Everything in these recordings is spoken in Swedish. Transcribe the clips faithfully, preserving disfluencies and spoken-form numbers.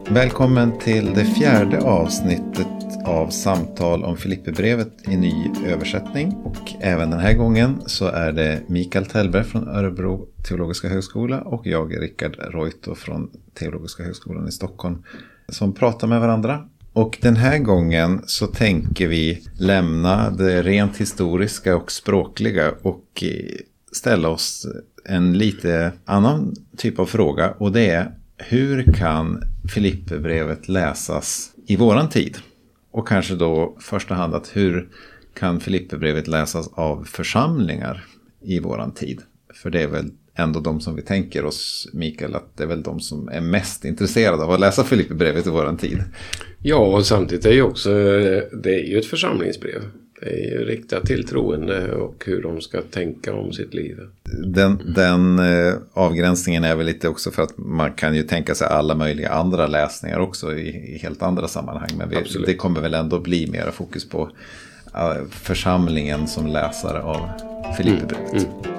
Välkommen till det fjärde avsnittet av samtal om Filipperbrevet i ny översättning. Och även den här gången så är det Mikael Tellberg från Örebro teologiska högskola och jag, Rickard Reuto från Teologiska högskolan i Stockholm, som pratar med varandra. Och den här gången så tänker vi lämna det rent historiska och språkliga och ställa oss en lite annan typ av fråga, och det är: hur kan Filipperbrevet läsas i våran tid? Och kanske då första hand att hur kan Filipperbrevet läsas av församlingar i våran tid? För det är väl ändå de som vi tänker oss, Mikael, att det är väl de som är mest intresserade av att läsa Filipperbrevet i våran tid. Ja, och samtidigt är ju också, det är ju ett församlingsbrev. Det är ju riktat till troende och hur de ska tänka om sitt liv. Den, den eh, avgränsningen är väl lite också för att man kan ju tänka sig alla möjliga andra läsningar också i, i helt andra sammanhang. Men vi, det kommer väl ändå bli mer fokus på uh, församlingen som läsare av Filipperbrevet. Mm, mm.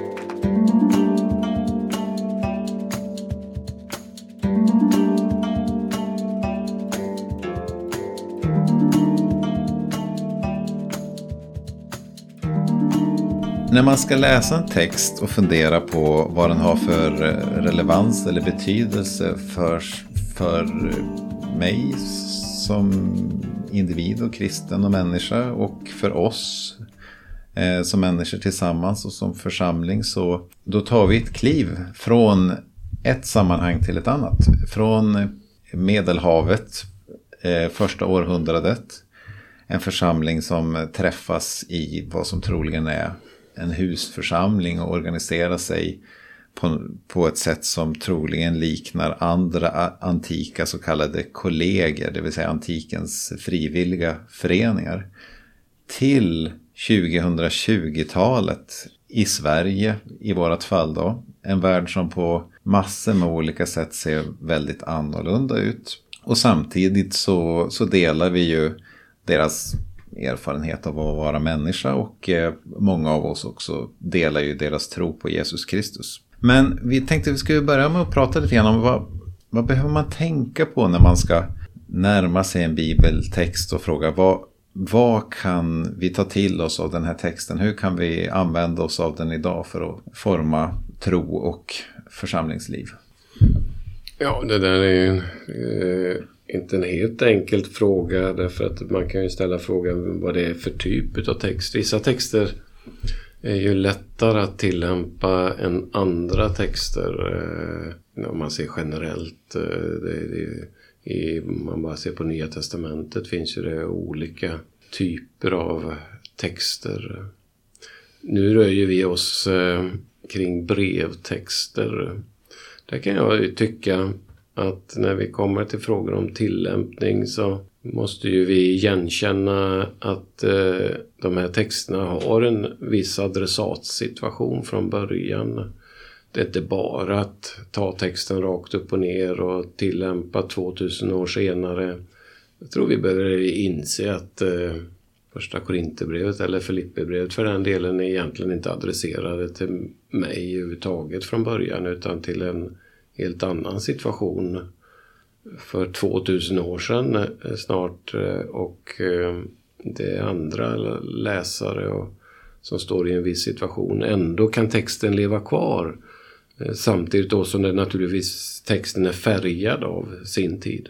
När man ska läsa en text och fundera på vad den har för relevans eller betydelse för, för mig som individ och kristen och människa och för oss eh, som människor tillsammans och som församling, så då tar vi ett kliv från ett sammanhang till ett annat. Från Medelhavet, eh, första århundradet, en församling som träffas i vad som troligen är en husförsamling och organiserar sig på, på ett sätt som troligen liknar andra antika så kallade kolleger, det vill säga antikens frivilliga föreningar, till tjugohundratjugotalet i Sverige, i vårat fall då. En värld som på massor med olika sätt ser väldigt annorlunda ut. Och samtidigt så, så delar vi ju deras erfarenhet av att vara människa, och eh, många av oss också delar ju deras tro på Jesus Kristus. Men vi tänkte att vi skulle börja med att prata lite grann om vad, vad behöver man tänka på när man ska närma sig en bibeltext och fråga vad, vad kan vi ta till oss av den här texten? Hur kan vi använda oss av den idag för att forma tro och församlingsliv? Ja, det där är ju eh, inte en helt enkel fråga, därför att man kan ju ställa frågan vad det är för typ av text. Vissa texter är ju lättare att tillämpa än andra texter eh, om man ser generellt. Eh, det, det, i, om man bara ser på Nya testamentet finns ju det olika typer av texter. Nu rör vi oss eh, kring brevtexter. Där kan jag ju tycka att när vi kommer till frågor om tillämpning så måste ju vi igenkänna att eh, de här texterna har en viss adressatsituation från början. Det är inte bara att ta texten rakt upp och ner och tillämpa tvåtusen år senare. Jag tror vi behöver inse att eh, första Korinthierbrevet eller Filipperbrevet för den delen är egentligen inte adresserade till mig överhuvudtaget från början, utan till en helt annan situation för tvåtusen år sedan snart, och det är andra läsare och, som står i en viss situation. Ändå kan texten leva kvar samtidigt då som det naturligtvis texten är färgad av sin tid.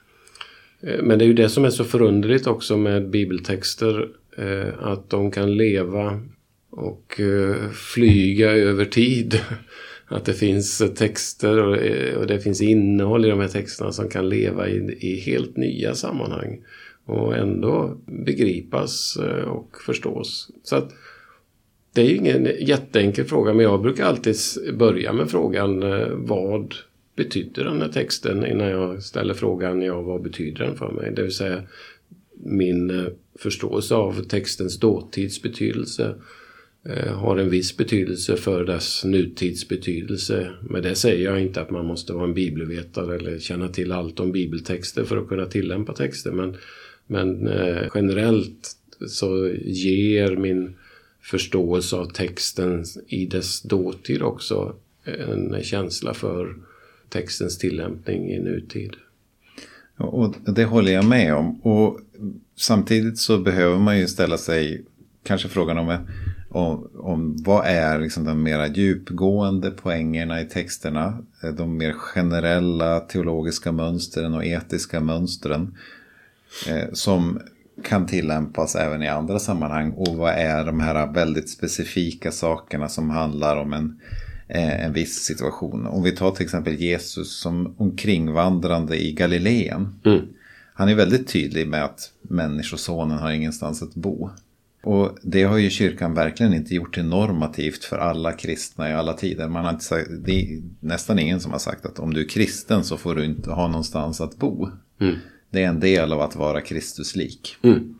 Men det är ju det som är så förunderligt också med bibeltexter, att de kan leva och flyga över tid. Att det finns texter och det finns innehåll i de här texterna som kan leva i, i helt nya sammanhang och ändå begripas och förstås. Så att det är ju ingen jätteenkel fråga, men jag brukar alltid börja med frågan: vad betyder den här texten, innan jag ställer frågan, ja, vad betyder den för mig? Det vill säga min förståelse av textens dåtidsbetydelse har en viss betydelse för dess nutidsbetydelse. Men det säger jag inte att man måste vara en bibelvetare eller känna till allt om bibeltexter för att kunna tillämpa texter. Men, men eh, generellt så ger min förståelse av texten i dess dåtid också en känsla för textens tillämpning i nutid. Och det håller jag med om. Och samtidigt så behöver man ju ställa sig kanske frågan om, om, om vad är liksom de mera djupgående poängerna i texterna. De mer generella teologiska mönstren och etiska mönstren eh, som kan tillämpas även i andra sammanhang. Och vad är de här väldigt specifika sakerna som handlar om en, eh, en viss situation. Om vi tar till exempel Jesus som omkringvandrande i Galileen. Mm. Han är väldigt tydlig med att människosonen har ingenstans att bo. Och det har ju kyrkan verkligen inte gjort till normativt för alla kristna i alla tider. Man har inte sagt, det är nästan ingen som har sagt att om du är kristen så får du inte ha någonstans att bo. Mm. Det är en del av att vara Kristuslik. Mm.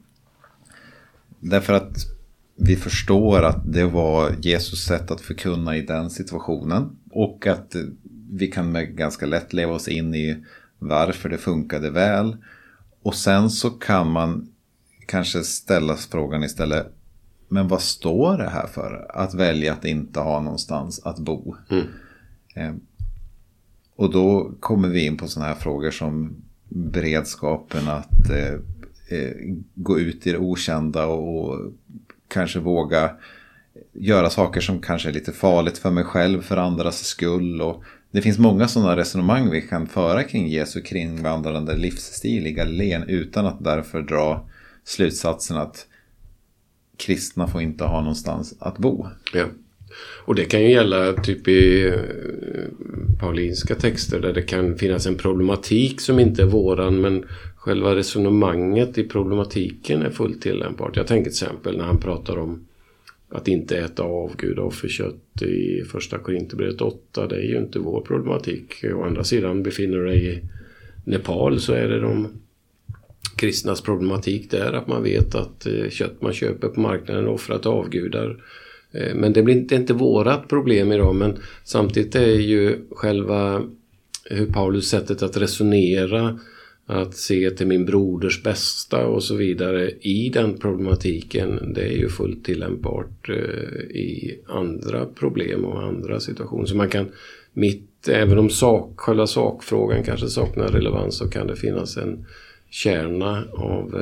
Därför att vi förstår att det var Jesus sätt att förkunna i den situationen. Och att vi kan med ganska lätt leva oss in i varför det funkade väl. Och sen så kan man kanske ställa frågan istället, men vad står det här för? Att välja att inte ha någonstans att bo. Mm. Eh, och då kommer vi in på såna här frågor som beredskapen att eh, eh, gå ut i det okända och, och kanske våga göra saker som kanske är lite farligt för mig själv, för andras skull. Och det finns många sådana resonemang vi kan föra kring Jesu kringvandrande livsstil i Galileen utan att därför dra slutsatsen att kristna får inte ha någonstans att bo. Ja. Och det kan ju gälla typ i paulinska texter där det kan finnas en problematik som inte är våran, men själva resonemanget i problematiken är fullt tillämpbart. Jag tänker till exempel när han pratar om att inte äta avgud och offerkött i första Korinthierbrevet åtta, det är ju inte vår problematik. Å andra sidan befinner du dig i Nepal så är det de kristnas problematik där, att man vet att kött man köper på marknaden är offrat avgudar. Men det blir inte, inte vårat problem idag, men samtidigt är ju själva hur Paulus sättet att resonera, att se till min broders bästa och så vidare i den problematiken, det är ju fullt tillämpbart i andra problem och andra situationer. Så man kan mitt, även om sak, själva sakfrågan kanske saknar relevans, så kan det finnas en kärna av,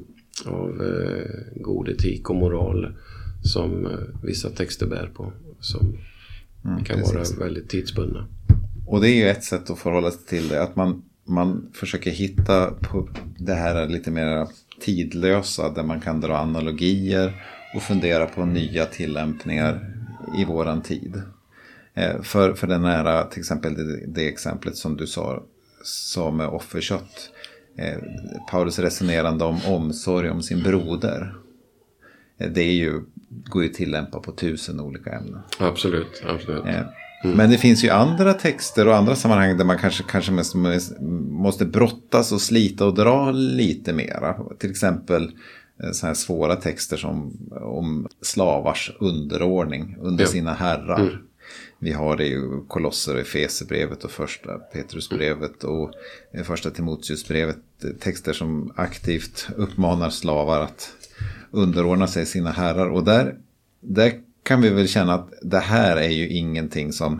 av god etik och moral som vissa texter bär på, som mm, kan precis. Vara väldigt tidsbundna. Och det är ju ett sätt att förhålla sig till det, att man, man försöker hitta på det här lite mer tidlösa, där man kan dra analogier och fundera på nya tillämpningar i våran tid. Eh, för, för den här, till exempel det, det exemplet som du sa, sa med offerkött. Eh, Paulus resonerande om omsorg om sin broder. Eh, det är ju, går ju tillämpa på tusen olika ämnen. Absolut, absolut. Eh, mm. Men det finns ju andra texter och andra sammanhang där man kanske, kanske mest måste brottas och slita och dra lite mera. Till exempel så här svåra texter som om slavars underordning under ja. Sina herrar. Mm. Vi har det ju Kolosser, Efesierbrevet och första Petrusbrevet och första Timoteusbrevet, texter som aktivt uppmanar slavar att underordna sig sina herrar. Och där, där kan vi väl känna att det här är ju ingenting som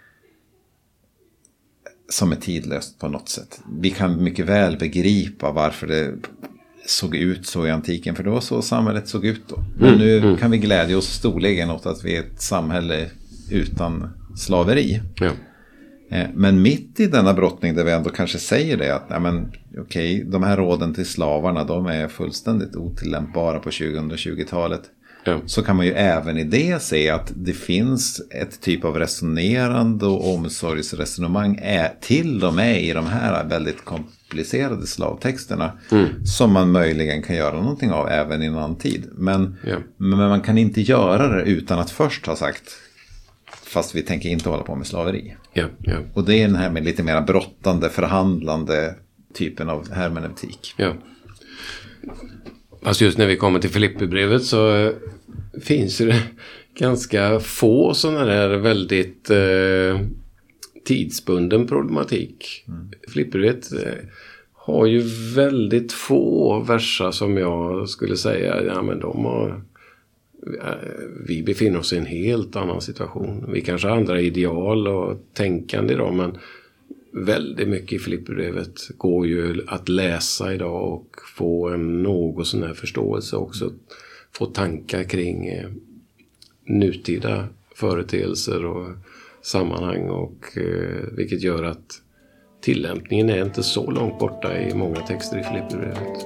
som är tidlöst på något sätt. Vi kan mycket väl begripa varför det såg ut så i antiken, för det var så samhället såg ut då. Men mm, nu mm. kan vi glädja oss storligen åt att vi är ett samhälle utan slaveri. Ja. Men mitt i denna brottning där vi ändå kanske säger det att nej men, okej, de här råden till slavarna, de är fullständigt otillämpbara på tjugohundratjugotalet. Ja. Så kan man ju även i det se att det finns ett typ av resonerande och omsorgsresonemang är till och med i de här väldigt komplicerade slavtexterna mm. som man möjligen kan göra någonting av även i en annan tid. Men, ja. men man kan inte göra det utan att först ha sagt, fast vi tänker inte hålla på med slaveri. Ja, ja. Och det är den här med lite mer brottande, förhandlande typen av hermeneutik. Ja. Alltså just när vi kommer till Filipperbrevet så finns det ganska få sådana där väldigt eh, tidsbunden problematik. Mm. Filipperbrevet eh, har ju väldigt få verser som jag skulle säga, ja men de har, vi befinner oss i en helt annan situation. Vi kanske har andra ideal och tänkande idag, men väldigt mycket i Filipperbrevet går ju att läsa idag och få en något sån här förståelse också. Få tankar kring eh, nutida företeelser och sammanhang, och eh, vilket gör att tillämpningen är inte så långt borta i många texter i Filipperbrevet.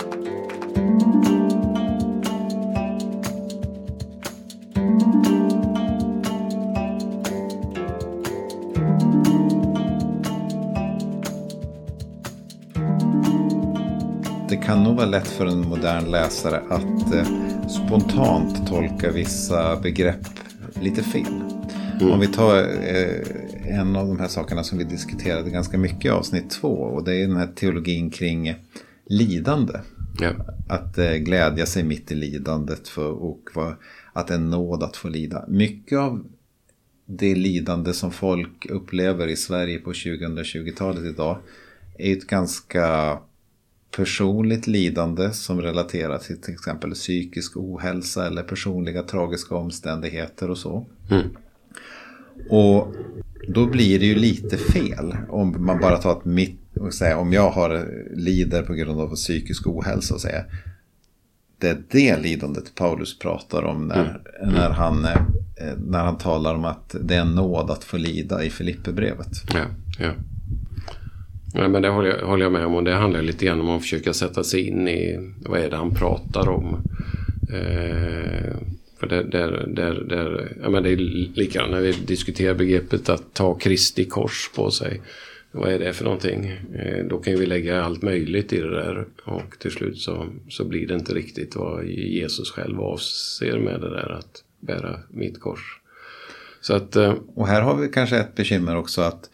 Det kan nog vara lätt för en modern läsare att eh, spontant tolka vissa begrepp lite fel. Mm. Om vi tar eh, en av de här sakerna som vi diskuterade ganska mycket i avsnitt två, och det är den här teologin kring lidande. Ja. Att eh, glädja sig mitt i lidandet för, och va, att det är nåd att få lida. Mycket av det lidande som folk upplever i Sverige på tjugohundratjugotalet idag är ett ganska personligt lidande som relaterar till till exempel psykisk ohälsa eller personliga tragiska omständigheter och så. Mm. Och då blir det ju lite fel om man bara tar ett mitt och säger om jag har lider på grund av psykisk ohälsa och säger det är det lidandet Paulus pratar om när, mm. när, han, när han talar om att det är en nåd att få lida i Filipperbrevet. Ja, ja. Ja, men det håller jag, håller jag med om, och det handlar lite grann om att försöka sätta sig in i vad är det han pratar om. Eh, för det, där, där, där, ja, men det är likadant när vi diskuterar begreppet att ta Kristi kors på sig. Vad är det för någonting? Eh, då kan vi lägga allt möjligt i det där, och till slut så, så blir det inte riktigt vad Jesus själv avser med det där att bära mitt kors. Så att, eh, och här har vi kanske ett bekymmer också att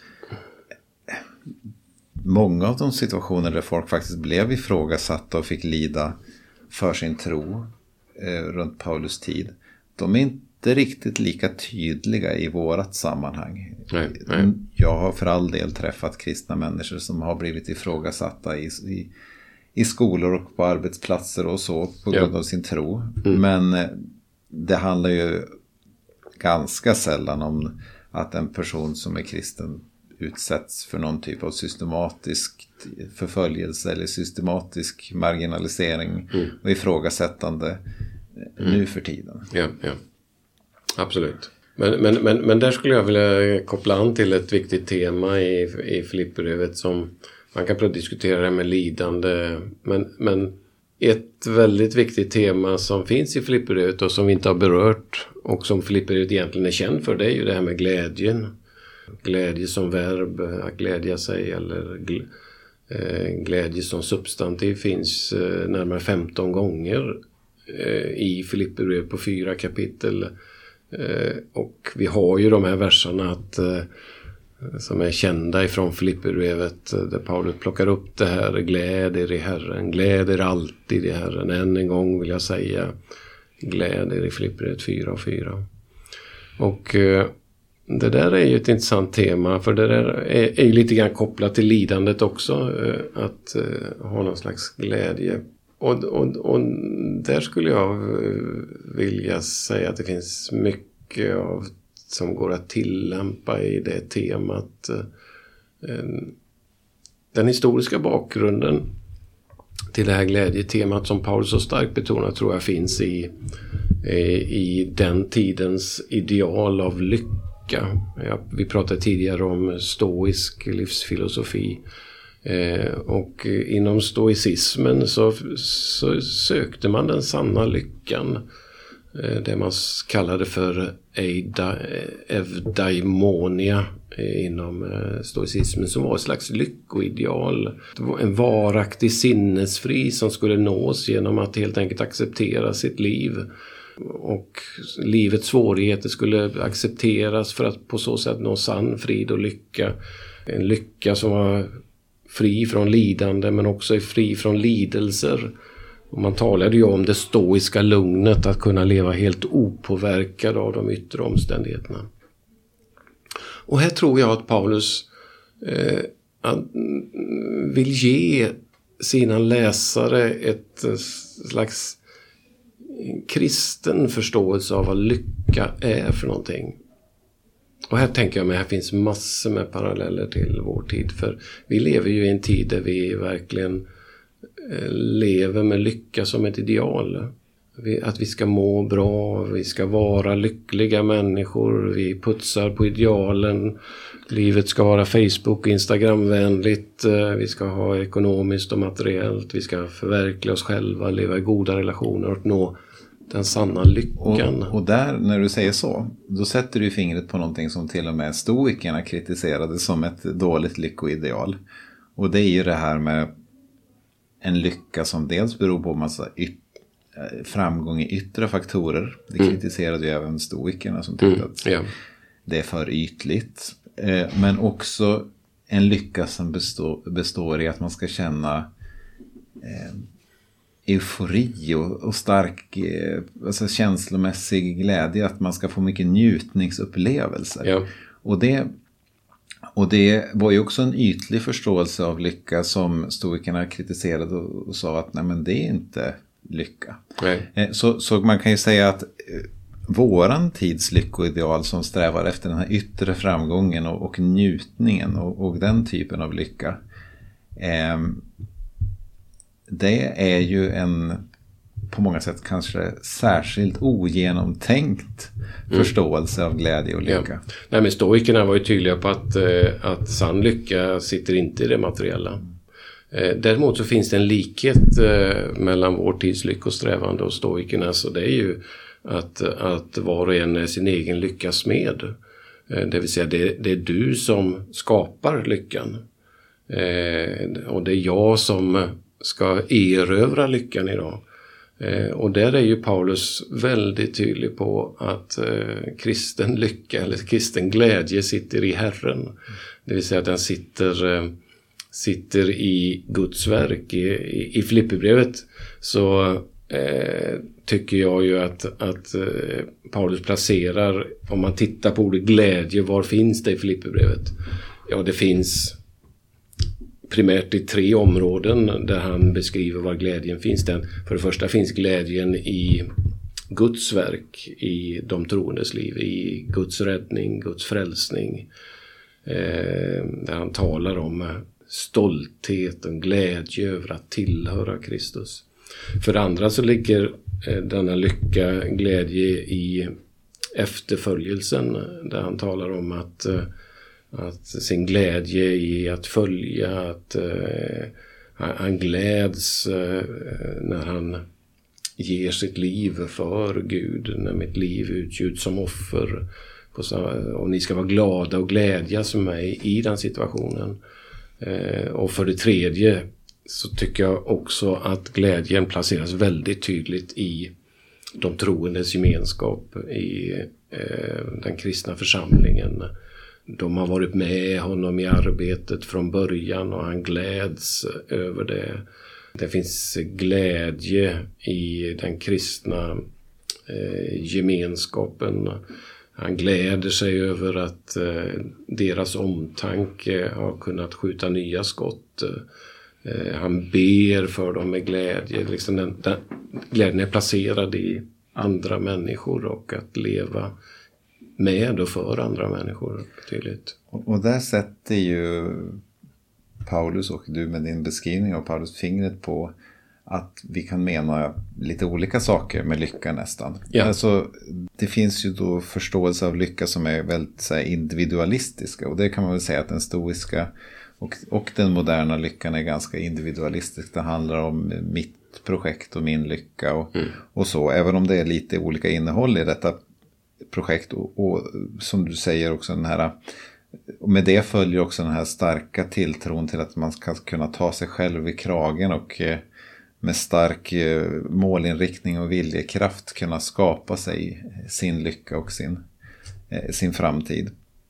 många av de situationer där folk faktiskt blev ifrågasatta och fick lida för sin tro eh, runt Paulus tid, de är inte riktigt lika tydliga i vårat sammanhang. Nej, nej. Jag har för all del träffat kristna människor som har blivit ifrågasatta i, i, i skolor och på arbetsplatser och så på grund ja. av sin tro. Mm. Men eh, det handlar ju ganska sällan om att en person som är kristen utsätts för någon typ av systematisk förföljelse eller systematisk marginalisering mm. och ifrågasättande mm. nu för tiden. Ja, ja. Absolut. Men, men, men, men där skulle jag vilja koppla an till ett viktigt tema i, i Filipperbrevet som man kan diskutera det med lidande. Men, men ett väldigt viktigt tema som finns i Filipperbrevet och som vi inte har berört och som Filipperbrevet egentligen är känd för, det är ju det här med glädjen. Glädje som verb, att glädja sig, eller glädje som substantiv finns närmare femton gånger i Filipperbrevet på fyra kapitel. Och vi har ju de här verserna att, som är kända ifrån Filipperbrevet, där Paulus plockar upp det här: gläder i Herren, gläder alltid i Herren. Än en gång vill jag säga gläder, i Filipperbrevet fyra och fyra. Och det där är ju ett intressant tema, för det där är, är ju lite grann kopplat till lidandet också, att ha någon slags glädje. Och, och, och där skulle jag vilja säga att det finns mycket av, som går att tillämpa i det temat. Den historiska bakgrunden till det här glädjetemat som Paulus så starkt betonar tror jag finns i, i den tidens ideal av lycka. Ja, vi pratade tidigare om stoisk livsfilosofi. Eh, och inom stoicismen så, så sökte man den sanna lyckan, eh, det man kallade för eida, evdaimonia eh, inom eh, stoicismen, som var ett slags lyckoideal. Det var en varaktig sinnesfri som skulle nås genom att helt enkelt acceptera sitt liv, och livets svårigheter skulle accepteras för att på så sätt nå sann frid och lycka. En lycka som var fri från lidande men också är fri från lidelser. Och man talade ju om det stoiska lugnet, att kunna leva helt opåverkad av de yttre omständigheterna. Och här tror jag att Paulus eh, vill ge sina läsare ett slags kristen förståelse av vad lycka är för någonting. Och här tänker jag mig, här finns massor med paralleller till vår tid. För vi lever ju i en tid där vi verkligen lever med lycka som ett ideal. Att vi ska må bra, vi ska vara lyckliga människor, vi putsar på idealen. Livet ska vara Facebook- och Instagramvänligt, vi ska ha ekonomiskt och materiellt, vi ska förverkliga oss själva, leva i goda relationer och nå den sanna lyckan. Och, och där, när du säger så, då sätter du fingret på någonting som till och med stoikerna kritiserade som ett dåligt lyckoideal. Och det är ju det här med en lycka som dels beror på massa yt- framgång i yttre faktorer. Det kritiserade ju mm. även stoikerna som tyckte mm. att yeah. det är för ytligt. Eh, men också en lycka som består, består i att man ska känna eh, eufori och, och stark eh, alltså känslomässig glädje. Att man ska få mycket njutningsupplevelser. Yeah. Och det Och det var ju också en ytlig förståelse av lycka som stoikerna kritiserade och, och sa att nej, men det är inte lycka. Nej. Så, så man kan ju säga att våran tids lyckoideal som strävar efter den här yttre framgången och, och njutningen och, och den typen av lycka, eh, det är ju en på många sätt kanske särskilt ogenomtänkt mm. förståelse av glädje och lycka. Ja. Nej, men stoikerna var ju tydliga på att, att sann lycka sitter inte i det materiella. Däremot så finns det en likhet mellan vår tids lyckosträvande och stoikernas, och det är ju att, att var och en är sin egen lyckas med. Det vill säga det, det är du som skapar lyckan. Och det är jag som ska erövra lyckan idag. Och där är ju Paulus väldigt tydlig på att kristen lycka eller kristen glädje sitter i Herren. Det vill säga att den sitter... sitter i Guds verk. I, i, i Filippibrevet så eh, tycker jag ju att, att eh, Paulus placerar, om man tittar på ordet glädje, var finns det i Filippibrevet? Ja, det finns primärt i tre områden där han beskriver var glädjen finns. Den. För det första finns glädjen i Guds verk, i de troendes liv, i Guds räddning, Guds frälsning. Eh, där han talar om stolthet och glädje över att tillhöra Kristus. För det andra så ligger eh, denna lycka, glädje i efterföljelsen, där han talar om att, eh, att sin glädje i att följa, att eh, han gläds eh, när han ger sitt liv för Gud, när mitt liv utgjuts som offer, och ni ska vara glada och glädjas med mig i den situationen. Eh, och för det tredje så tycker jag också att glädjen placeras väldigt tydligt i de troendes gemenskap, i eh, den kristna församlingen. De har varit med honom i arbetet från början och han gläds över det. Det finns glädje i den kristna eh, gemenskapen. Han gläder sig över att eh, deras omtanke har kunnat skjuta nya skott. Eh, han ber för dem med glädje. Liksom den, den, glädjen är placerad i andra människor och att leva med och för andra människor. Tydligt. Och, och där sätter ju Paulus och du med din beskrivning av Paulus fingret på att vi kan mena lite olika saker med lycka nästan. Ja. Alltså, det finns ju då förståelse av lycka som är väldigt så här, individualistiska. Och det kan man väl säga att den stoiska och, och den moderna lyckan är ganska individualistisk. Det handlar om mitt projekt och min lycka och, mm. och så. Även om det är lite olika innehåll i detta projekt. Och, och som du säger också den här... Och med det följer också den här starka tilltron till att man ska kunna ta sig själv i kragen och... med stark målinriktning och viljekraft kunna skapa sig sin lycka och sin, sin framtid.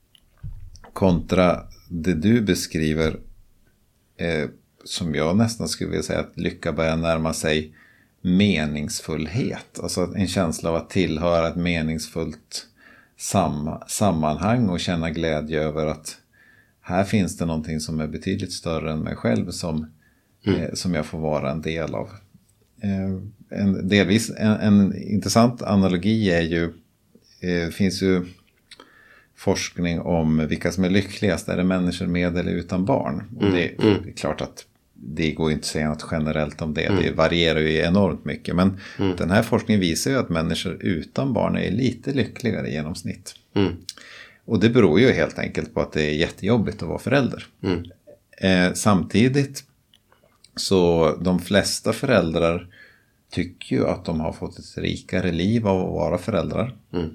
Kontra det du beskriver eh, som jag nästan skulle vilja säga att lycka börjar närma sig meningsfullhet. Alltså en känsla av att tillhöra ett meningsfullt sam- sammanhang och känna glädje över att här finns det någonting som är betydligt större än mig själv som Mm. Eh, som jag får vara en del av. Eh, en, delvis en, en intressant analogi är ju, eh, finns ju forskning om vilka som är lyckligast. Är det människor med eller utan barn? Och det, mm. det är klart att det går inte att säga något generellt om det. Mm. Det varierar ju enormt mycket. Men mm. den här forskningen visar ju att människor utan barn är lite lyckligare i genomsnitt. Mm. Och det beror ju helt enkelt på att det är jättejobbigt att vara förälder. Mm. Eh, samtidigt så de flesta föräldrar tycker ju att de har fått ett rikare liv av att vara föräldrar. Mm.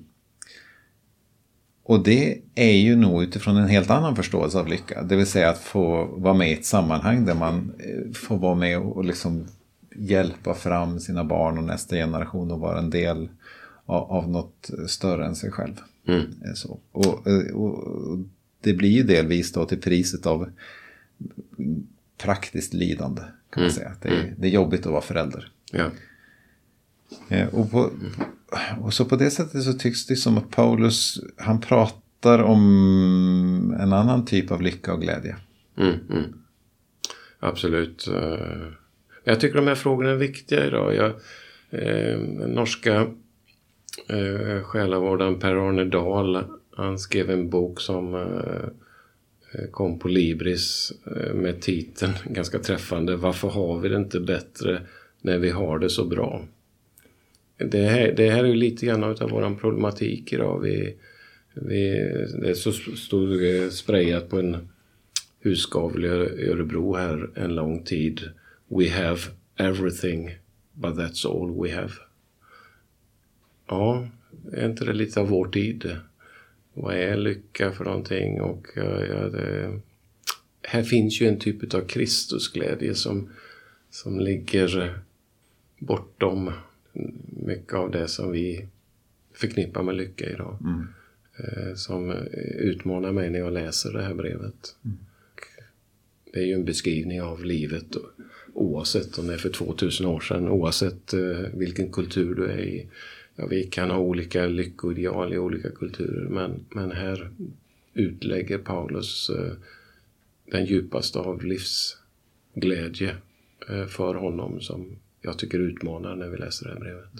Och det är ju nog utifrån en helt annan förståelse av lycka. Det vill säga att få vara med i ett sammanhang där man får vara med och liksom hjälpa fram sina barn och nästa generation och vara en del av, av något större än sig själv. Mm. Så. Och, och, och det blir ju delvis då till priset av praktiskt lidande, kan man Mm. säga. Det är, det är jobbigt att vara förälder. Ja. Och, på, och så på det sättet så tycks det som att Paulus, han pratar om en annan typ av lycka och glädje. Mm, mm. Absolut. Jag tycker de här frågorna är viktiga idag. Jag, eh, norska eh, själavårdaren Per-Arne Dahl, han skrev en bok som eh, kom på Libris eh, med titeln ganska träffande: Varför har vi det inte bättre när vi har det så bra? Det här, det här är ju lite grann av våran problematik idag. Vi, vi, det är så stod sprayat på en husgavel i Örebro här en lång tid: We have everything, but that's all we have. Ja, är inte det lite av vår tid? Vad är lycka för någonting? Och ja, det, här finns ju en typ av Kristusglädje som, som ligger bortom mycket av det som vi förknippar med lycka idag. Mm. Eh, som utmanar mig när jag läser det här brevet. Mm. Det är ju en beskrivning av livet, oavsett om det är för tvåtusen år sedan, oavsett eh, vilken kultur du är i. Ja, vi kan ha olika lyckoideal i olika kulturer, men, men här utlägger Paulus eh, den djupaste av livsglädje eh, för honom, som jag tycker utmanar när vi läser det här brevet.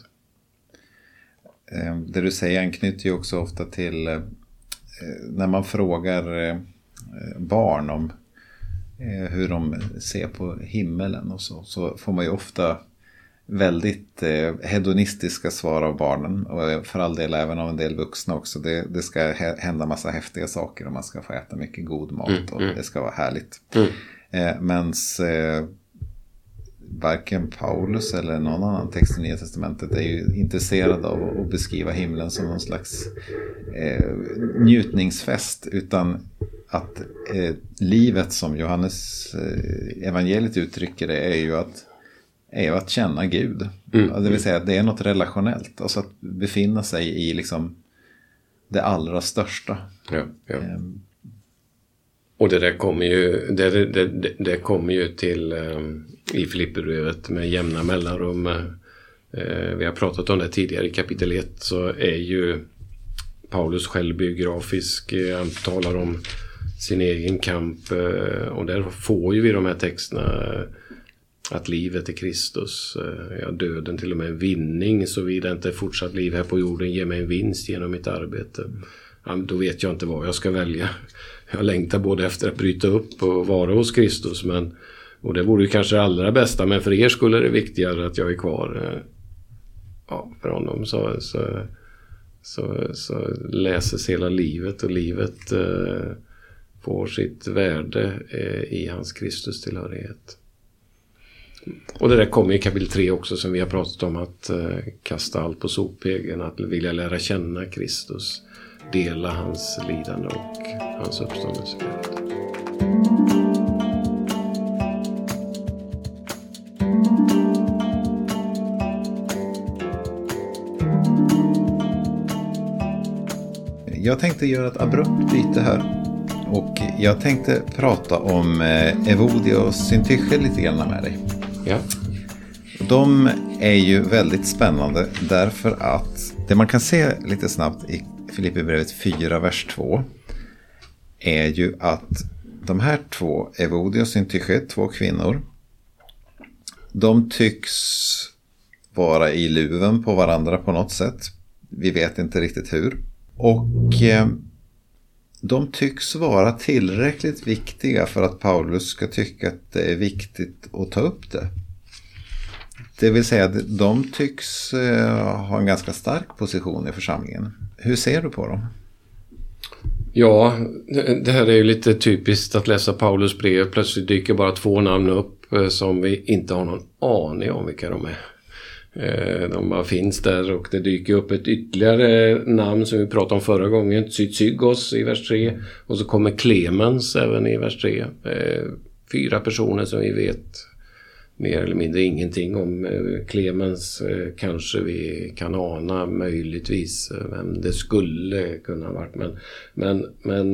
Det du säger anknyter ju också ofta till eh, när man frågar eh, barn om eh, hur de ser på himmelen och så, så får man ju ofta väldigt eh, hedonistiska svar av barnen, och för all del även av en del vuxna också. Det, det ska hända massa häftiga saker och man ska få äta mycket god mat mm, och mm. det ska vara härligt. Mm. Eh, mens eh, varken Paulus eller någon annan text i Nya testamentet är ju intresserad av att beskriva himlen som någon slags eh, njutningsfest, utan att eh, livet, som Johannes eh, evangeliet uttrycker det, är ju att, är ju att känna Gud. Mm. Det vill säga att det är något relationellt, alltså att befinna sig i liksom det allra största. Ja, ja. Eh, Och det där kommer ju, det, det, det, det kommer ju till um, i Filipperbrevet med jämna mellanrum. Uh, vi har pratat om det tidigare i kapitel ett, så är ju Paulus självbiografisk. Uh, han talar om sin egen kamp, uh, och där får ju vi de här texterna uh, att livet är Kristus. Uh, ja, döden till och med en vinning, såvida inte fortsatt liv här på jorden ger mig en vinst genom mitt arbete. Ja, då vet jag inte vad jag ska välja. Jag längtar både efter att bryta upp och vara hos Kristus, men, och det vore ju kanske det allra bästa, men för er skulle det viktigare att jag är kvar. Ja, för honom så, så, så, så läses hela livet, och livet eh, får sitt värde eh, i hans Kristustillhörighet. Och det där kommer i kapitel tre också, som vi har pratat om, att eh, kasta allt på sopegen, att vilja lära känna Kristus, dela hans lidande och hans uppståndelsekraft. Jag tänkte göra ett abrupt byte här. Och jag tänkte prata om Evodia och Syntyche lite grann med dig. Ja. De är ju väldigt spännande därför att det man kan se lite snabbt i Filipperbrevet fyra, vers två, är ju att de här två, Evodia och Syntyche, två kvinnor, de tycks vara i luven på varandra på något sätt. Vi vet inte riktigt hur. Och eh, de tycks vara tillräckligt viktiga för att Paulus ska tycka att det är viktigt att ta upp det. Det vill säga att de tycks ha en ganska stark position i församlingen. Hur ser du på dem? Ja, det här är ju lite typiskt att läsa Paulus brev. Plötsligt dyker bara två namn upp som vi inte har någon aning om vilka de är. De bara finns där och det dyker upp ett ytterligare namn som vi pratade om förra gången. Zyzygos i vers tre och så kommer Clemens även i vers tre. Fyra personer som vi vet mer eller mindre ingenting om. Clemens kanske vi kan ana möjligtvis vem det skulle kunna ha varit. Men, men, men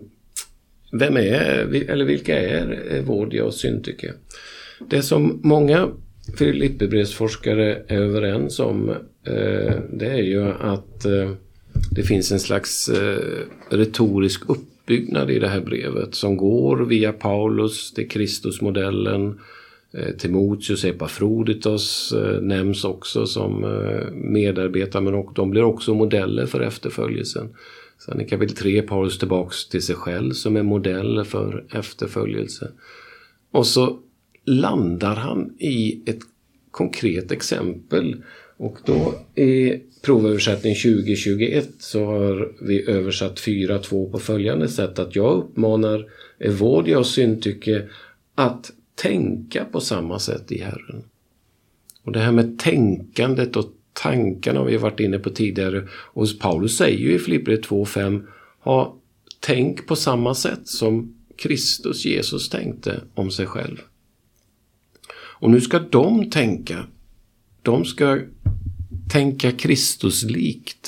vem är, eller vilka är Evodia och Syntyche? Det som många Filipperbrevsforskare är överens om det är ju att det finns en slags retorisk uppbyggnad i det här brevet som går via Paulus till Kristusmodellen. Timoteus, Epafroditos nämns också som medarbetare, men de blir också modeller för efterföljelsen. Sen i kapitel tre Paulus tillbaks till sig själv som är modell för efterföljelse. Och så landar han i ett konkret exempel. Och då i provöversättning tjugo tjugoett så har vi översatt fyra två på följande sätt. Att jag uppmanar Evodia och Syntyche att tänka på samma sätt i Herren. Och det här med tänkandet och tankarna har vi varit inne på tidigare. Och Paulus säger ju i Filippere två fem, ha tänk på samma sätt som Kristus Jesus tänkte om sig själv. Och nu ska de tänka. De ska tänka Kristus likt.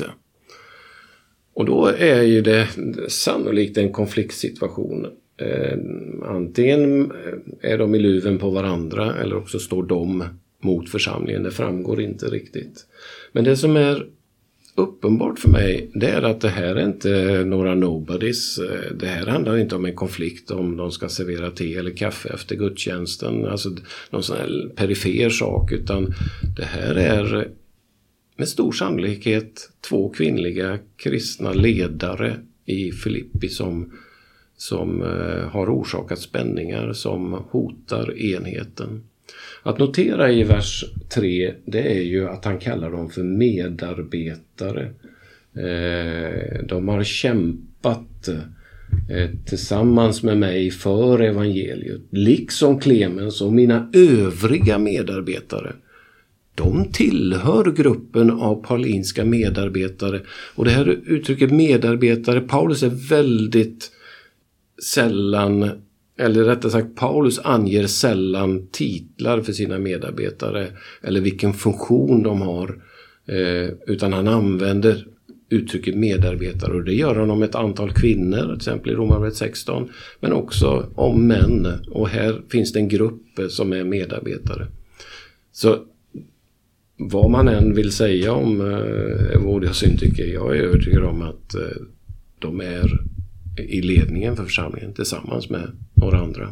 Och då är ju det sannolikt en konfliktsituation. Eh, antingen är de i luven på varandra eller också står de mot församlingen. Det framgår inte riktigt. Men det som är uppenbart för mig, det är att det här är inte några nobodies. Det här handlar inte om en konflikt om de ska servera te eller kaffe efter gudstjänsten. Alltså någon sån här perifer sak, utan det här är med stor sannolikhet två kvinnliga kristna ledare i Filippi som, som har orsakat spänningar som hotar enheten. Att notera i vers tre, det är ju att han kallar dem för medarbetare. De har kämpat tillsammans med mig för evangeliet, liksom Clemens och mina övriga medarbetare. De tillhör gruppen av paulinska medarbetare. Och det här uttrycket medarbetare, Paulus är väldigt sällan, eller rättare sagt Paulus anger sällan titlar för sina medarbetare eller vilken funktion de har, eh, utan han använder uttrycket medarbetare, och det gör han om ett antal kvinnor, till exempel i Romarbrevet sexton, men också om män, och här finns det en grupp som är medarbetare. Så vad man än vill säga om eh, Evodia och Syntyche, jag är övertygad om att eh, de är i ledningen för församlingen tillsammans med några andra.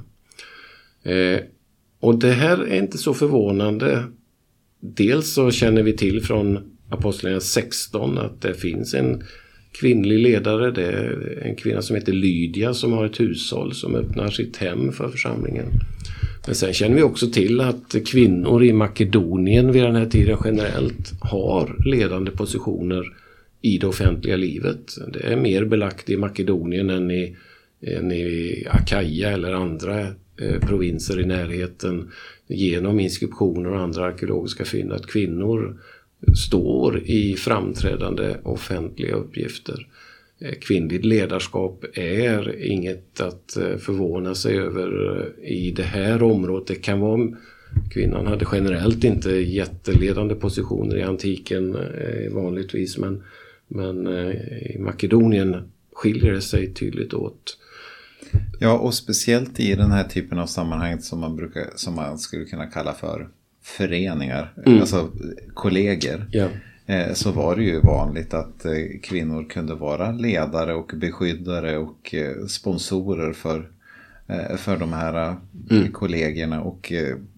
Eh, och det här är inte så förvånande. Dels så känner vi till från Apostlagärningarna sexton att det finns en kvinnlig ledare. Det är en kvinna som heter Lydia som har ett hushåll som öppnar sitt hem för församlingen. Men sen känner vi också till att kvinnor i Makedonien vid den här tiden generellt har ledande positioner i det offentliga livet. Det är mer belagt i Makedonien än i, än i Akaia eller andra eh, provinser i närheten, genom inskriptioner och andra arkeologiska fynd, att kvinnor står i framträdande offentliga uppgifter. Eh, kvinnligt ledarskap är inget att eh, förvåna sig över eh, i det här området. Det kan vara, kvinnan hade generellt inte jätteledande positioner i antiken eh, vanligtvis, men Men i Makedonien skiljer det sig tydligt åt. Ja, och speciellt i den här typen av sammanhang som man, brukar, som man skulle kunna kalla för föreningar, mm. alltså kollegor. Ja. Så var det ju vanligt att kvinnor kunde vara ledare och beskyddare och sponsorer för, för de här mm. kollegorna. Och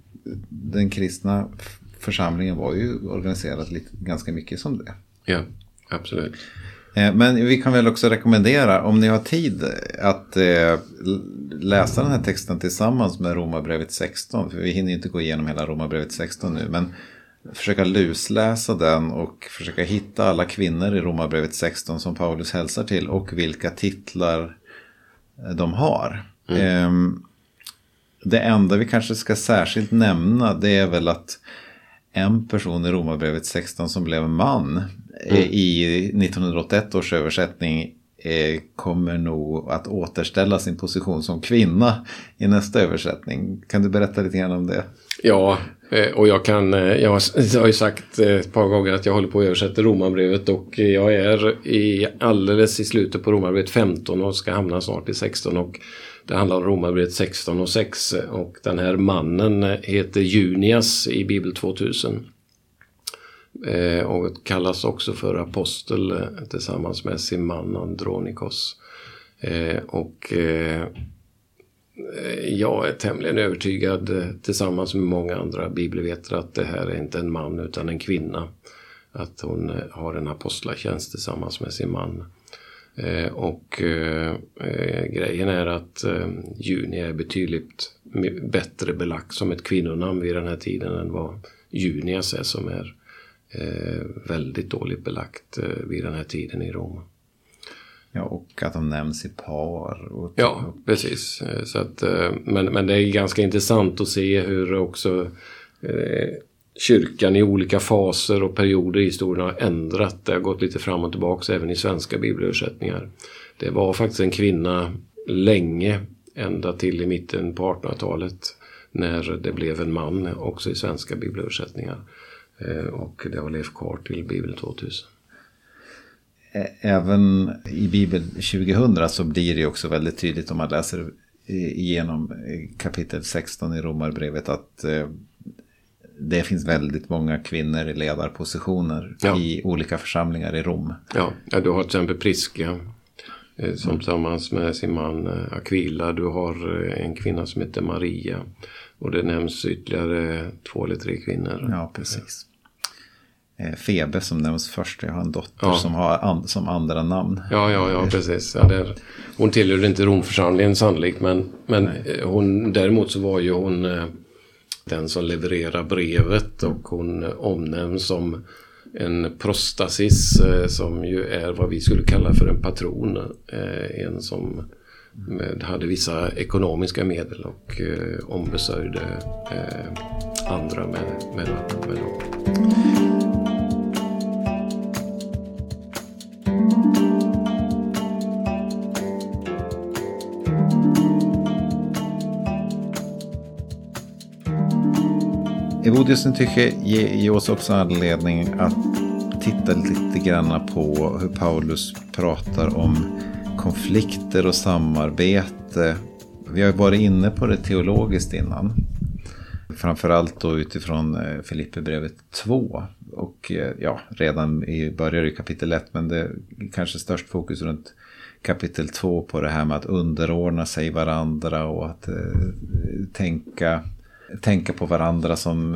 den kristna församlingen var ju organiserad lite, ganska mycket som det. Ja. Absolut. Men vi kan väl också rekommendera, om ni har tid, att läsa den här texten tillsammans med Romarbrevet sexton. För vi hinner inte gå igenom hela Romarbrevet sexton nu, men försöka lusläsa den och försöka hitta alla kvinnor i Romarbrevet sexton som Paulus hälsar till och vilka titlar de har. Mm. Det enda vi kanske ska särskilt nämna, det är väl att en person i Romarbrevet sexton som blev man mm. i nittonhundraåttioett års översättning kommer nog att återställa sin position som kvinna i nästa översättning. Kan du berätta lite grann om det? Ja, och jag kan, jag har ju sagt ett par gånger att jag håller på att översätta Romarbrevet, och jag är i, alldeles i slutet på Romarbrevet femton och ska hamna snart i sexton, och det handlar om Romarbrevet sexton och sex, och den här mannen heter Junias i Bibel tvåtusen. Eh, och kallas också för apostel eh, tillsammans med sin man Andronikos. Eh, och eh, jag är tämligen övertygad eh, tillsammans med många andra bibelvetare att det här är inte en man utan en kvinna. Att hon eh, har en apostlatjänst tillsammans med sin man. Eh, och eh, eh, grejen är att eh, Junia är betydligt bättre belagt som ett kvinnonamn vid den här tiden än vad Junias är, som är Eh, väldigt dåligt belagt eh, vid den här tiden i Rom. Ja, och att de nämns i par. Och ja, precis. Eh, så att, eh, men, men det är ganska intressant att se hur också eh, kyrkan i olika faser och perioder i historien har ändrat. Det har gått lite fram och tillbaka även i svenska bibelöversättningar. Det var faktiskt en kvinna länge, ända till i mitten på artonhundratalet, när det blev en man också i svenska bibelöversättningar. Och det har levt kvar till Bibel tvåtusen. Även i Bibel tjugohundra så blir det också väldigt tydligt om man läser igenom kapitel sexton i Romarbrevet att det finns väldigt många kvinnor i ledarpositioner ja. i olika församlingar i Rom. Ja, ja, du har till exempel Prisca som mm. tillsammans med sin man Aquila. Du har en kvinna som heter Maria. Och det nämns ytterligare två eller tre kvinnor. Ja, precis. Febe som nämns först. Jag har en dotter ja. som har and, som andra namn. Ja, ja, ja precis. Ja, där, hon tillhör inte Romförsamlingen sannolikt. Men, men hon, däremot så var ju hon eh, den som levererar brevet. Och hon eh, omnämns som en prostasis. Eh, som ju är vad vi skulle kalla för en patron. Eh, en som... Med, hade vissa ekonomiska medel och eh, ombesörjde eh, andra med, med, med dem. Evodius Syntyche ger ge oss också anledning att titta lite grann på hur Paulus pratar om konflikter och samarbete. Vi har varit inne på det teologiskt innan. Framförallt då utifrån Filipperbrevet två. Och ja, redan i början i kapitel ett, men det är kanske störst fokus runt kapitel två på det här med att underordna sig varandra och att eh, tänka, tänka på varandra som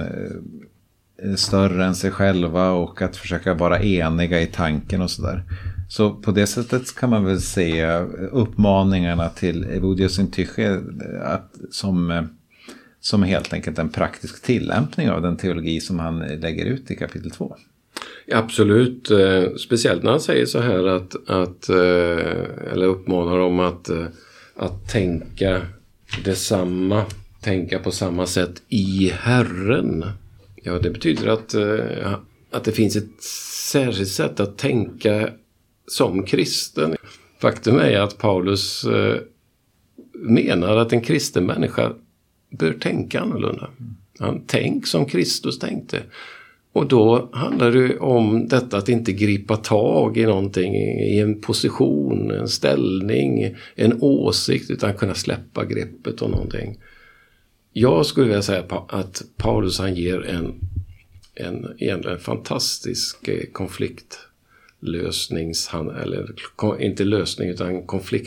eh, större än sig själva och att försöka vara eniga i tanken och sådär. Så på det sättet kan man väl se uppmaningarna till Evodius Syntyche att som, som helt enkelt en praktisk tillämpning av den teologi som han lägger ut i kapitel två. Absolut, speciellt när han säger så här att, att eller uppmanar om att, att tänka detsamma, tänka på samma sätt i Herren. Ja, det betyder att, att det finns ett särskilt sätt att tänka som kristen. Faktum är att Paulus eh, menar att en kristen människa bör tänka annorlunda. Han tänk som Kristus tänkte. Och då handlar det om detta att inte gripa tag i någonting, i en position, en ställning, en åsikt, utan kunna släppa greppet om någonting. Jag skulle vilja säga att Paulus han ger en, en egentligen fantastisk konflikt. lösnings eller inte lösning utan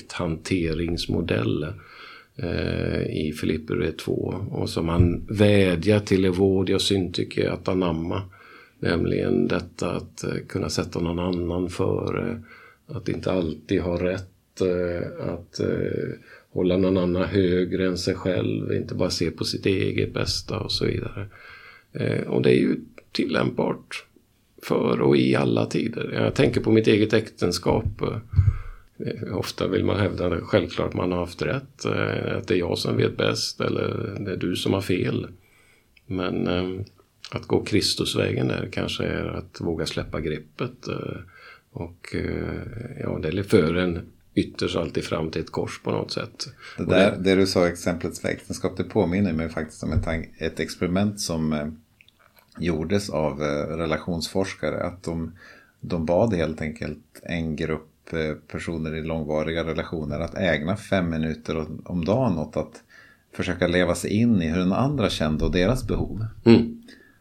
konflikthanteringsmodell eh, i Filipperbrevet två, och som han vädjar till Evodius Syntyche att anamma, nämligen detta att eh, kunna sätta någon annan före att inte alltid ha rätt, att hålla någon annan högre än sig själv, inte bara se på sitt eget bästa och så vidare. Och det är ju tillämpbart för och i alla tider. Jag tänker på mitt eget äktenskap. Ofta vill man hävda att självklart man har haft rätt, att det är jag som vet bäst eller det är du som har fel. Men att gå Kristusvägen där kanske är att våga släppa greppet, och ja, det för en ytterst alltid fram till ett kors på något sätt. Det, där, det du sa, exemplet för äktenskap, det påminner mig faktiskt om ett, ett experiment som eh, gjordes av eh, relationsforskare. Att de, de bad helt enkelt en grupp eh, personer i långvariga relationer att ägna fem minuter om dagen åt att försöka leva sig in i hur den andra kände och deras behov. Mm.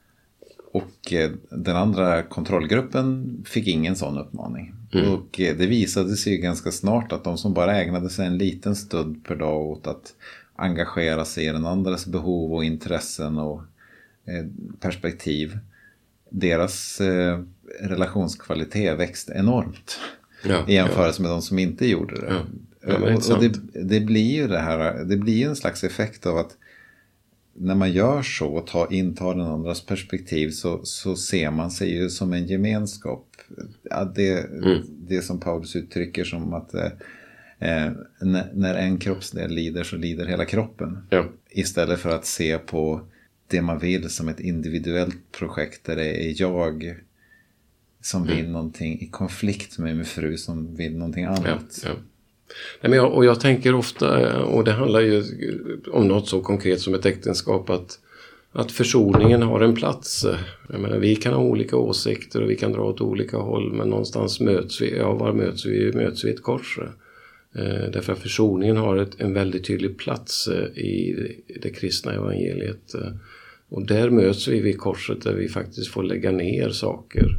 Och eh, den andra kontrollgruppen fick ingen sån uppmaning. Mm. Och eh, det visade sig ganska snart att de som bara ägnade sig en liten stund per dag åt att engagera sig i den andras behov och intressen och eh, perspektiv, deras eh, relationskvalitet växte enormt, ja, i jämförelse ja. med de som inte gjorde det. Ja. Ja, och och det, det blir ju det här, det blir ju en slags effekt av att när man gör så och tar, intar den andras perspektiv, så, så ser man sig ju som en gemenskap. Ja, det, mm. det som Paulus uttrycker som att eh, när, när en kroppsdel lider så lider hela kroppen. Ja. Istället för att se på det man vill som ett individuellt projekt där det är jag som vill mm. någonting i konflikt med min fru som vill någonting annat. Ja, ja. Nej, men jag, och jag tänker ofta, och det handlar ju om något så konkret som ett äktenskap, att, att försoningen har en plats. Jag menar, vi kan ha olika åsikter och vi kan dra åt olika håll, men någonstans möts vi, ja, var möts vi? Möts vi ett kors. Eh, därför att försoningen har ett, en väldigt tydlig plats i det kristna evangeliet. Och där möts vi vid korset där vi faktiskt får lägga ner saker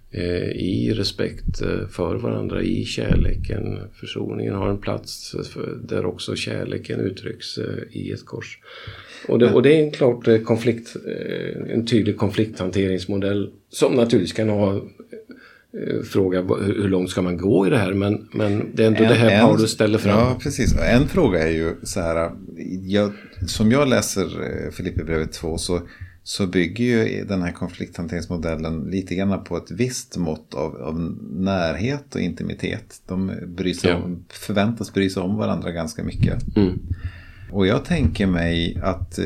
i respekt för varandra, i kärleken. Försoningen har en plats där också kärleken uttrycks i ett kors. Och det, och det är en klart konflikt, en tydlig konflikthanteringsmodell som naturligtvis kan ha fråga hur långt ska man gå i det här, men, men det är ändå en, det här en, Paulus ställer fram. Ja, precis. En fråga är ju så här, jag, som jag läser Filipperbrevet två så så bygger ju den här konflikthanteringsmodellen lite grann på ett visst mått av, av närhet och intimitet. De bryr sig ja. om, förväntas bry sig om varandra ganska mycket. Mm. Och jag tänker mig att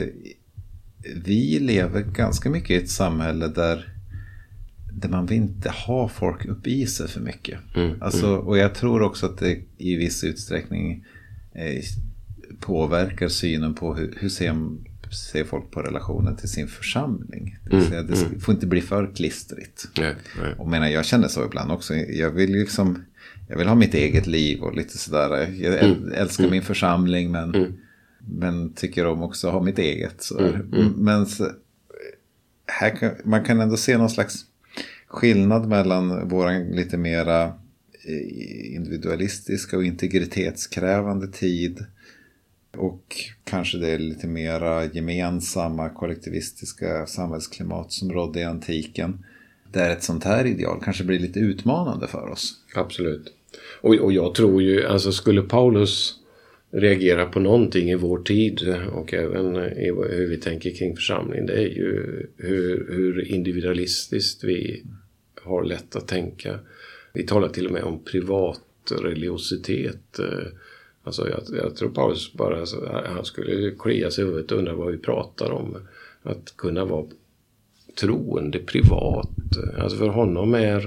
vi lever ganska mycket i ett samhälle där, där man vill inte ha folk upp i sig för mycket. Mm. Alltså, mm. Och jag tror också att det i viss utsträckning eh, påverkar synen på hur, hur ser man ser folk på relationen till sin församling. Det vill säga, det mm. får inte bli för klistrigt. Nej, nej. Och menar, jag känner så ibland också. Jag vill liksom, jag vill ha mitt eget liv och lite sådär. Jag mm. älskar mm. min församling, men, mm. men tycker om också att ha mitt eget. Så. Mm. Mm. Men så, här kan, man kan ändå se någon slags skillnad mellan våran lite mera individualistiska och integritetskrävande tid och kanske det är lite mera gemensamma kollektivistiska samhällsklimat som rådde i antiken, där ett sånt här ideal kanske blir lite utmanande för oss. Absolut. Och, och jag tror ju, alltså skulle Paulus reagera på någonting i vår tid och även i hur vi tänker kring församling, det är ju hur, hur individualistiskt vi har lätt att tänka. Vi talar till och med om privat religiositet. Alltså jag, jag tror Paulus bara, alltså, han skulle klia sig över och undra vad vi pratar om. Att kunna vara troende privat. Alltså för honom är,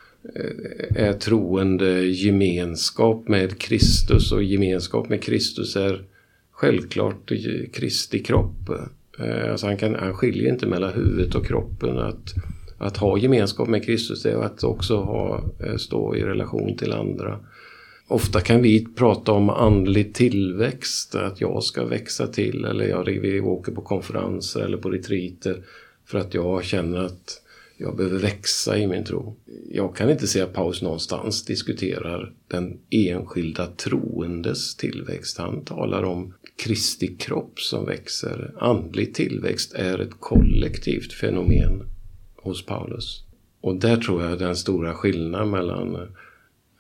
är troende gemenskap med Kristus, och gemenskap med Kristus är självklart Kristi kropp. Alltså han, kan, han skiljer inte mellan huvudet och kroppen. Att, att ha gemenskap med Kristus är att också ha, stå i relation till andra. Ofta kan vi prata om andlig tillväxt, att jag ska växa till, eller jag vi åker på konferenser eller på retreater för att jag känner att jag behöver växa i min tro. Jag kan inte se att Paulus någonstans diskuterar den enskilda troendes tillväxt. Han talar om Kristi kropp som växer. Andlig tillväxt är ett kollektivt fenomen hos Paulus. Och där tror jag den stora skillnaden mellan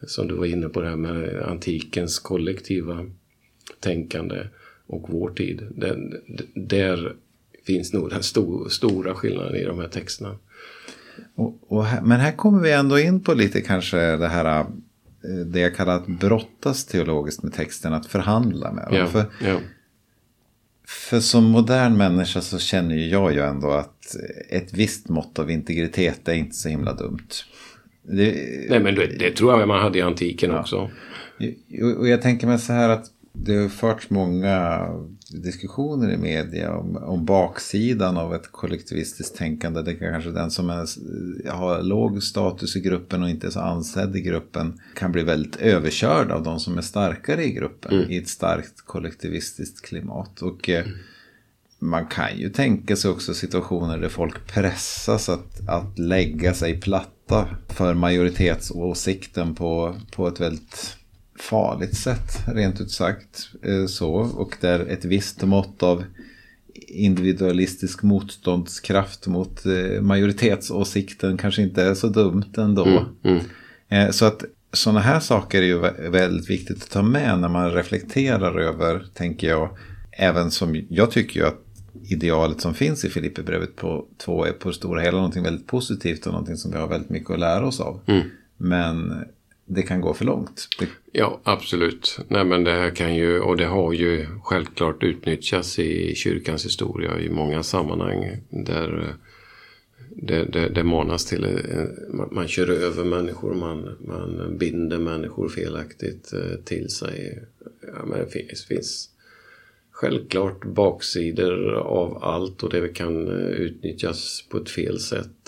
som du var inne på det här med antikens kollektiva tänkande och vår tid. Där, där finns nog den stor, stora skillnaden i de här texterna. Och, och här, men här kommer vi ändå in på lite kanske det här, det jag kallar att brottas teologiskt med texten, att förhandla med dem. Ja, för, ja. för som modern människa så känner jag ju ändå att ett visst mått av integritet är inte så himla dumt. Det, Nej, men det, det tror jag man hade i antiken ja. också. Och jag tänker mig så här att det har förts många diskussioner i media om, om baksidan av ett kollektivistiskt tänkande. Det kan kanske den som är, har låg status i gruppen och inte är så ansedd i gruppen kan bli väldigt överkörd av de som är starkare i gruppen mm. i ett starkt kollektivistiskt klimat. Och mm. man kan ju tänka sig också situationer där folk pressas att, att lägga sig platta för majoritetsåsikten på, på ett väldigt farligt sätt, rent ut sagt. Så, och där ett visst mått av individualistisk motståndskraft mot majoritetsåsikten kanske inte är så dumt ändå. Mm, mm. Så att sådana här saker är ju väldigt viktigt att ta med när man reflekterar över, tänker jag, även som jag tycker ju att idealet som finns i Filipperbrevet på två är på det stora hela någonting väldigt positivt och någonting som vi har väldigt mycket att lära oss av. Mm. Men det kan gå för långt. Det... Ja, absolut. Nej, men det här kan ju, och det har ju självklart utnyttjats i kyrkans historia i många sammanhang där det, det, det manas till, man, man kör över människor, man, man binder människor felaktigt till sig. Ja, men det finns, finns självklart baksidor av allt och det kan utnyttjas på ett fel sätt.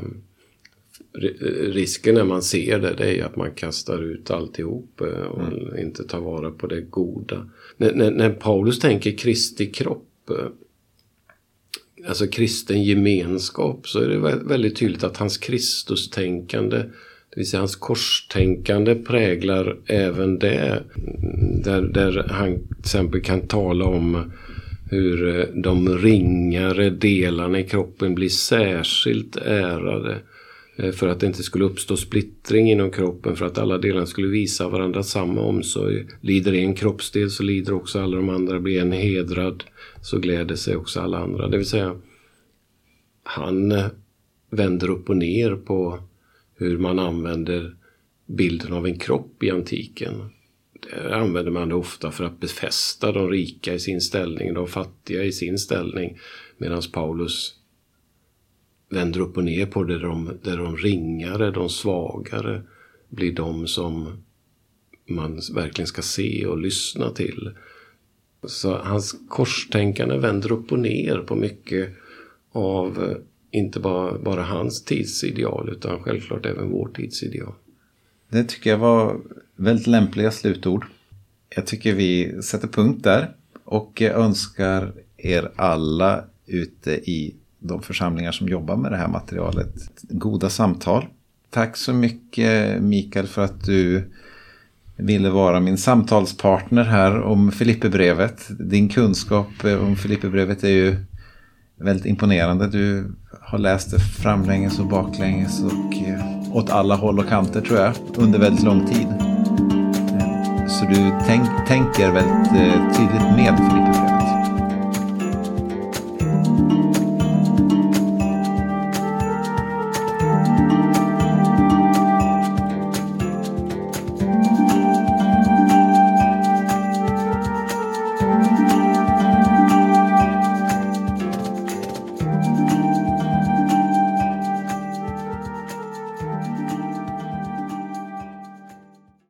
Risken när man ser det, det är att man kastar ut alltihop och mm. inte tar vara på det goda. När, när, när Paulus tänker Kristi kropp, alltså kristen gemenskap, så är det väldigt tydligt att hans Kristustänkande, det vill säga hans korstänkande, präglar även det. Där, där han till exempel kan tala om hur de ringare delarna i kroppen blir särskilt ärade. För att det inte skulle uppstå splittring inom kroppen, för att alla delar skulle visa varandra samma omsorg. Lider en kroppsdel så lider också alla de andra. Blir en hedrad så gläder sig också alla andra. Det vill säga, han vänder upp och ner på hur man använder bilden av en kropp i antiken. Där använder man det ofta för att befästa de rika i sin ställning, de fattiga i sin ställning. Medan Paulus vänder upp och ner på det, där de, där de ringare, de svagare blir de som man verkligen ska se och lyssna till. Så hans korstänkande vänder upp och ner på mycket av inte bara, bara hans tidsideal utan självklart även vår tidsideal. Det tycker jag var väldigt lämpliga slutord. Jag tycker vi sätter punkt där och önskar er alla ute i de församlingar som jobbar med det här materialet goda samtal. Tack så mycket Mikael för att du ville vara min samtalspartner här om Filipperbrevet. Din kunskap om Filipperbrevet är ju väldigt imponerande. Du har läst det framlänges och baklänges och åt alla håll och kanter tror jag under väldigt lång tid. Så du tänk, tänker väldigt tydligt med Filipperbrevet.